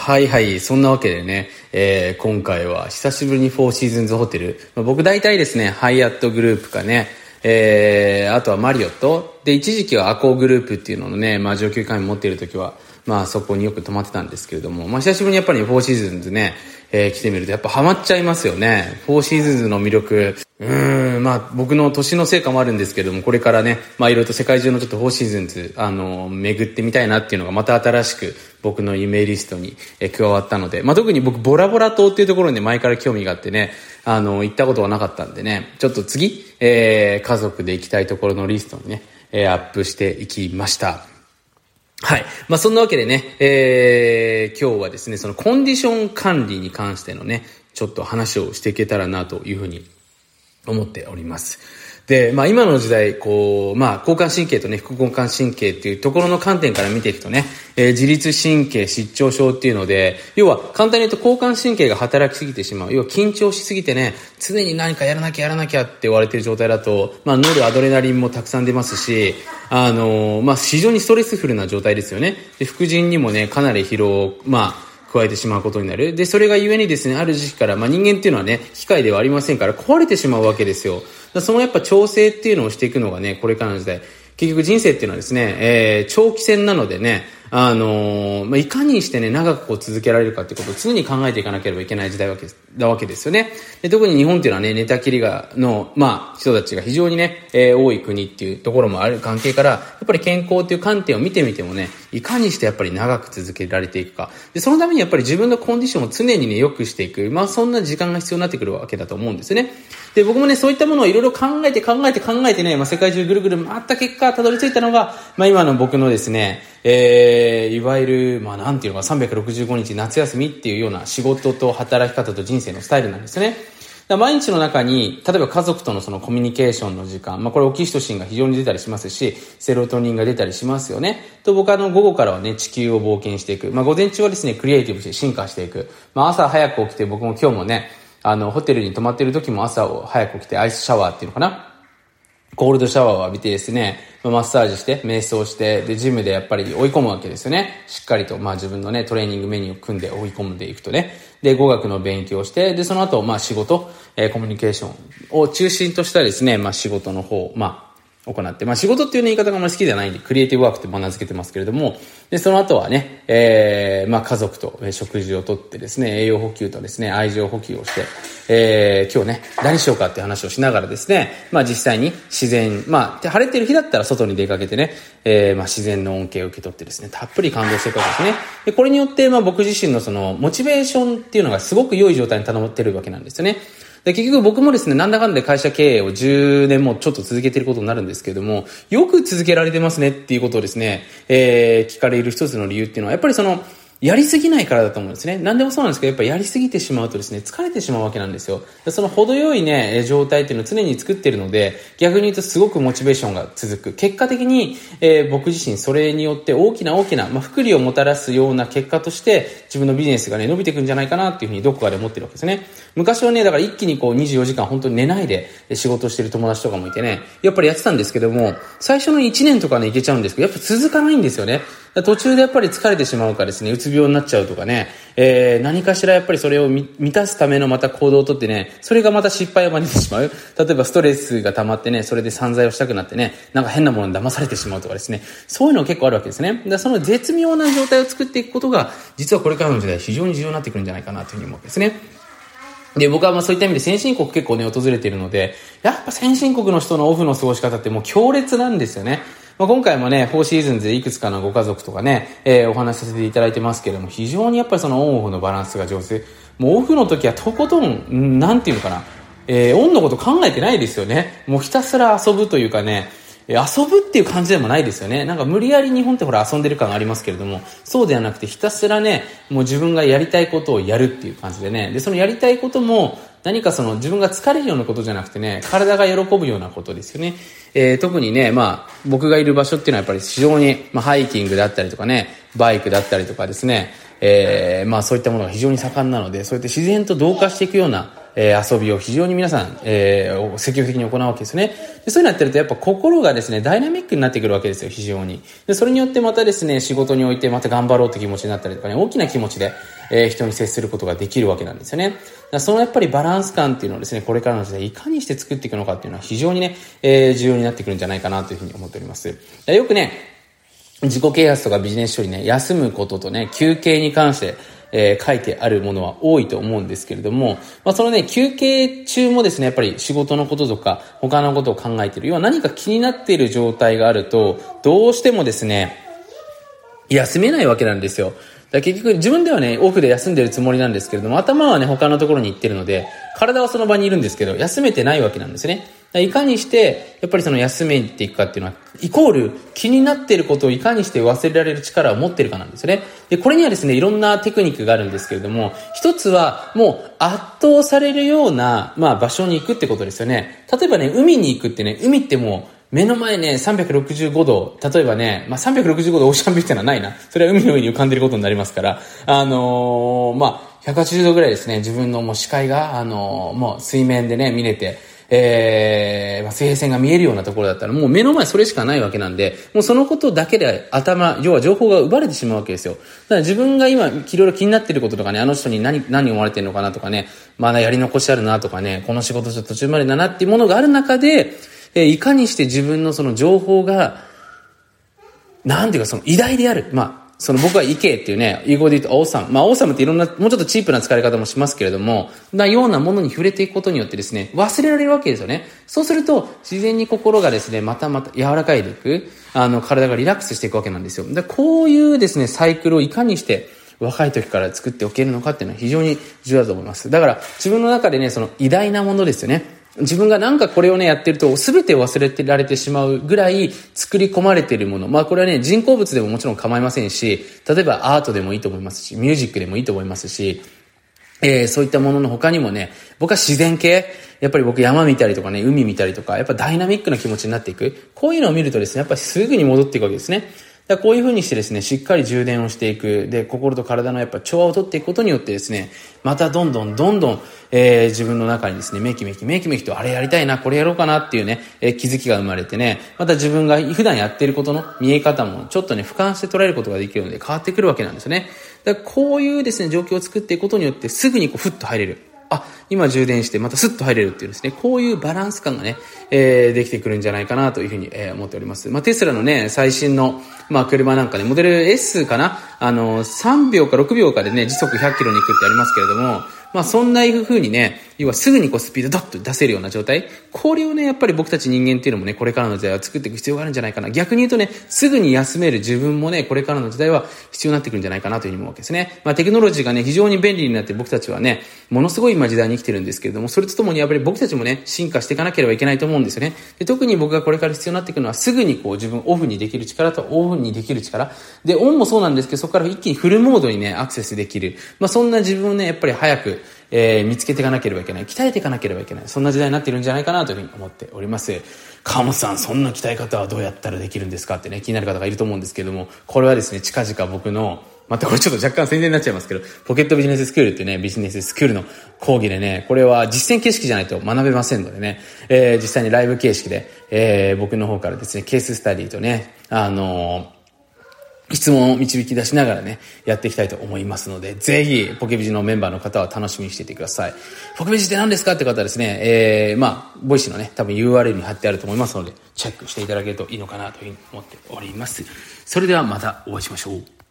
はいはい。そんなわけでね、今回は久しぶりにフォーシーズンズホテル。僕大体ですね、ハイアットグループかね、あとはマリオット。で、一時期はアコーグループっていうののね、上級会員持っている時は、そこによく泊まってたんですけれども、久しぶりにやっぱりフォーシーズンズね、来てみるとやっぱハマっちゃいますよね。フォーシーズンズの魅力。僕の年の成果もあるんですけども、これからね、いろいろと世界中のちょっとフォーシーズンズ、巡ってみたいなっていうのがまた新しく僕の夢リストに加わったので、特に僕ボラボラ島っていうところに前から興味があってね、行ったことはなかったんでね、ちょっと次、家族で行きたいところのリストにね、アップしていきました。はい。そんなわけでね、今日はですね、そのコンディション管理に関してのね、ちょっと話をしていけたらなというふうに思っております。で、今の時代、交感神経とね、副交感神経っていうところの観点から見ていくとね、自律神経失調症っていうので、要は簡単に言うと交感神経が働きすぎてしまう。要は緊張しすぎてね、常に何かやらなきゃって言われている状態だと、ノルアドレナリンもたくさん出ますし、非常にストレスフルな状態ですよね。で、副腎にもね、かなり疲労を、加えてしまうことになる。で、それがゆえにですね、ある時期から、人間っていうのはね、機械ではありませんから壊れてしまうわけですよ。そのやっぱ調整っていうのをしていくのがね、これからの時代。結局人生っていうのはですね、長期戦なのでね、いかにしてね、長く続けられるかってことを常に考えていかなければいけない時代なわけですよね。で、特に日本っていうのはね、寝たきりの人たちが非常にね、多い国っていうところもある関係から、やっぱり健康っていう観点を見てみてもね、いかにしてやっぱり長く続けられていくか。で、そのためにやっぱり自分のコンディションを常にね、良くしていく。そんな時間が必要になってくるわけだと思うんですよね。で、僕もね、そういったものをいろいろ考えてね、世界中ぐるぐる回った結果、たどり着いたのが、今の僕のですね、いわゆる、なんていうのか、365日夏休みっていうような仕事と働き方と人生のスタイルなんですよね。毎日の中に、例えば家族とのそのコミュニケーションの時間、これオキシトシンが非常に出たりしますし、セロトニンが出たりしますよね。と僕は午後からはね、地球を冒険していく。午前中はですね、クリエイティブして進化していく。朝早く起きて、僕も今日もね、ホテルに泊まっている時も朝を早く起きてアイスシャワーっていうのかな。コールドシャワーを浴びてですね、マッサージして、瞑想して、で、ジムでやっぱり追い込むわけですよね。しっかりと、自分のね、トレーニングメニューを組んで追い込んでいくとね。で、語学の勉強して、で、その後、仕事、コミュニケーションを中心としたですね、仕事の方、行って、仕事っていう言い方があんまり好きじゃないんで、クリエイティブワークって名付けてますけれども、で、その後はね、家族と食事をとってですね、栄養補給とですね、愛情補給をして、今日ね、何しようかって話をしながらですね、実際に自然、晴れてる日だったら外に出かけてね、自然の恩恵を受け取ってですね、たっぷり感動していくわけですね。で、これによって、僕自身のその、モチベーションっていうのがすごく良い状態に保ってるわけなんですよね。で、結局僕もですね、なんだかんだで会社経営を10年もちょっと続けていることになるんですけれども、よく続けられてますねっていうことをですね、聞かれる一つの理由っていうのは、やっぱりその、やりすぎないからだと思うんですね。何でもそうなんですけど、やっぱりやりすぎてしまうとですね、疲れてしまうわけなんですよ。その程よいね、状態っていうのを常に作っているので、逆に言うとすごくモチベーションが続く。結果的に、僕自身それによって大きな、福利をもたらすような結果として、自分のビジネスがね、伸びていくんじゃないかなっていうふうにどこかで思ってるわけですね。昔はね、だから一気に24時間本当に寝ないで仕事をしている友達とかもいてね、やっぱりやってたんですけども、最初の1年とかね、いけちゃうんですけど、やっぱ続かないんですよね。途中でやっぱり疲れてしまうかですね、うつ病になっちゃうとかね、何かしらやっぱりそれを満たすためのまた行動をとってね、それがまた失敗を招いてしまう。例えばストレスが溜まってね、それで散財をしたくなってね、なんか変なものに騙されてしまうとかですね、そういうの結構あるわけですね。その絶妙な状態を作っていくことが、実はこれからの時代非常に重要になってくるんじゃないかなというふうに思うわけですね。で、僕はそういった意味で先進国結構ね、訪れているので、やっぱ先進国の人のオフの過ごし方ってもう強烈なんですよね。今回もね、4シーズンズでいくつかのご家族とかね、お話しさせていただいてますけれども、非常にやっぱりそのオンオフのバランスが上手。もうオフの時はとことん、なんていうのかな、オンのこと考えてないですよね。もうひたすら遊ぶというかね、遊ぶっていう感じでもないですよね。なんか無理やり日本ってほら遊んでる感がありますけれども、そうではなくてひたすらね、もう自分がやりたいことをやるっていう感じでね。で、そのやりたいことも何かその自分が疲れるようなことじゃなくてね、体が喜ぶようなことですよね。特にね、僕がいる場所っていうのはやっぱり非常に、ハイキングだったりとかね、バイクだったりとかですね、そういったものが非常に盛んなので、そうやって自然と同化していくような遊びを非常に皆さん、積極的に行うわけですね。でそういうのやってるとやっぱ心がですね、ダイナミックになってくるわけですよ、非常に。でそれによってまたですね、仕事においてまた頑張ろうって気持ちになったりとかね、大きな気持ちで、人に接することができるわけなんですよね。だからそのやっぱりバランス感っていうのをですね、これからの時代いかにして作っていくのかっていうのは非常にね、重要になってくるんじゃないかなというふうに思っております。よくね、自己啓発とかビジネス書にね、休むこととね、休憩に関して書いてあるものは多いと思うんですけれども、そのね、休憩中もですね、やっぱり仕事のこととか他のことを考えている。要は何か気になっている状態があると、どうしてもですね、休めないわけなんですよ。だから結局自分ではね、オフで休んでるつもりなんですけれども、頭はね、他のところに行ってるので、体はその場にいるんですけど、休めてないわけなんですね。いかにして、やっぱりその休めていくかっていうのは、イコール気になっていることをいかにして忘れられる力を持っているかなんですよね。で、これにはですね、いろんなテクニックがあるんですけれども、一つはもう圧倒されるような、場所に行くってことですよね。例えばね、海に行くってね、海ってもう、目の前ね、365度、例えばね、365度オーシャンビューってのはないな。それは海の上に浮かんでいることになりますから、180度ぐらいですね、自分のもう視界が、もう水面でね、見れて、水平線が見えるようなところだったら、もう目の前それしかないわけなんで、もうそのことだけで要は情報が奪われてしまうわけですよ。だから自分が今、いろいろ気になっていることとかね、あの人に何思われてるのかなとかね、まだやり残しあるなとかね、この仕事ちょっと途中までだなっていうものがある中で、いかにして自分のその情報が、なんていうかその偉大である。その僕はイケっていうね、英語で言うとオーサム。オーサムっていろんな、もうちょっとチープな使い方もしますけれども、ようなものに触れていくことによってですね、忘れられるわけですよね。そうすると、自然に心がですね、また柔らかいでいく、体がリラックスしていくわけなんですよ。こういうですね、サイクルをいかにして、若い時から作っておけるのかっていうのは非常に重要だと思います。だから、自分の中でね、その偉大なものですよね。自分がなんかこれをねやってると全て忘れてられてしまうぐらい作り込まれているもの。これはね人工物でももちろん構いませんし、例えばアートでもいいと思いますし、ミュージックでもいいと思いますし、そういったものの他にもね、僕は自然系、やっぱり僕山見たりとかね、海見たりとか、やっぱダイナミックな気持ちになっていく。こういうのを見るとですね、やっぱりすぐに戻っていくわけですね。だからこういう風にしてですね、しっかり充電をしていく。で、心と体のやっぱ調和をとっていくことによってですね、またどんどん、自分の中にですね、めきめきとあれやりたいな、これやろうかなっていうね、気づきが生まれてね、また自分が普段やっていることの見え方もちょっとね、俯瞰して捉えることができるので変わってくるわけなんですよね。だからこういうですね、状況を作っていくことによってすぐにふっと入れる。今充電してまたスッと入れるっていうですね、こういうバランス感がね、できてくるんじゃないかなというふうに、思っております。テスラのね、最新の、車なんかね、モデル S かな、3秒か6秒かでね、時速100キロに行くってありますけれども、そんな風にね、要はすぐにスピードドッと出せるような状態。これをね、やっぱり僕たち人間っていうのもね、これからの時代は作っていく必要があるんじゃないかな。逆に言うとね、すぐに休める自分もね、これからの時代は必要になってくるんじゃないかなというふうに思うわけですね。テクノロジーがね、非常に便利になって僕たちはね、ものすごい今時代に生きてるんですけれども、それとともにやっぱり僕たちもね、進化していかなければいけないと思うんですよね。で、特に僕がこれから必要になってくるのは、すぐに自分オフにできる力とオフにできる力。で、オンもそうなんですけど、そこから一気にフルモードにね、アクセスできる。そんな自分をね、やっぱり早く、見つけていかなければいけない。鍛えていかなければいけない。そんな時代になっているんじゃないかなというふうに思っております。川本さん、そんな鍛え方はどうやったらできるんですかってね、気になる方がいると思うんですけれども、これはですね、近々僕の、またこれちょっと若干宣伝になっちゃいますけど、ポケットビジネススクールっていうね、ビジネススクールの講義でね、これは実践形式じゃないと学べませんのでね、実際にライブ形式で、僕の方からですね、ケーススタディとね、質問を導き出しながらね、やっていきたいと思いますので、ぜひ、ポケビジのメンバーの方は楽しみにしていてください。ポケビジって何ですかって方はですね、ボイシーのね、多分 URL に貼ってあると思いますので、チェックしていただけるといいのかなというふうに思っております。それではまたお会いしましょう。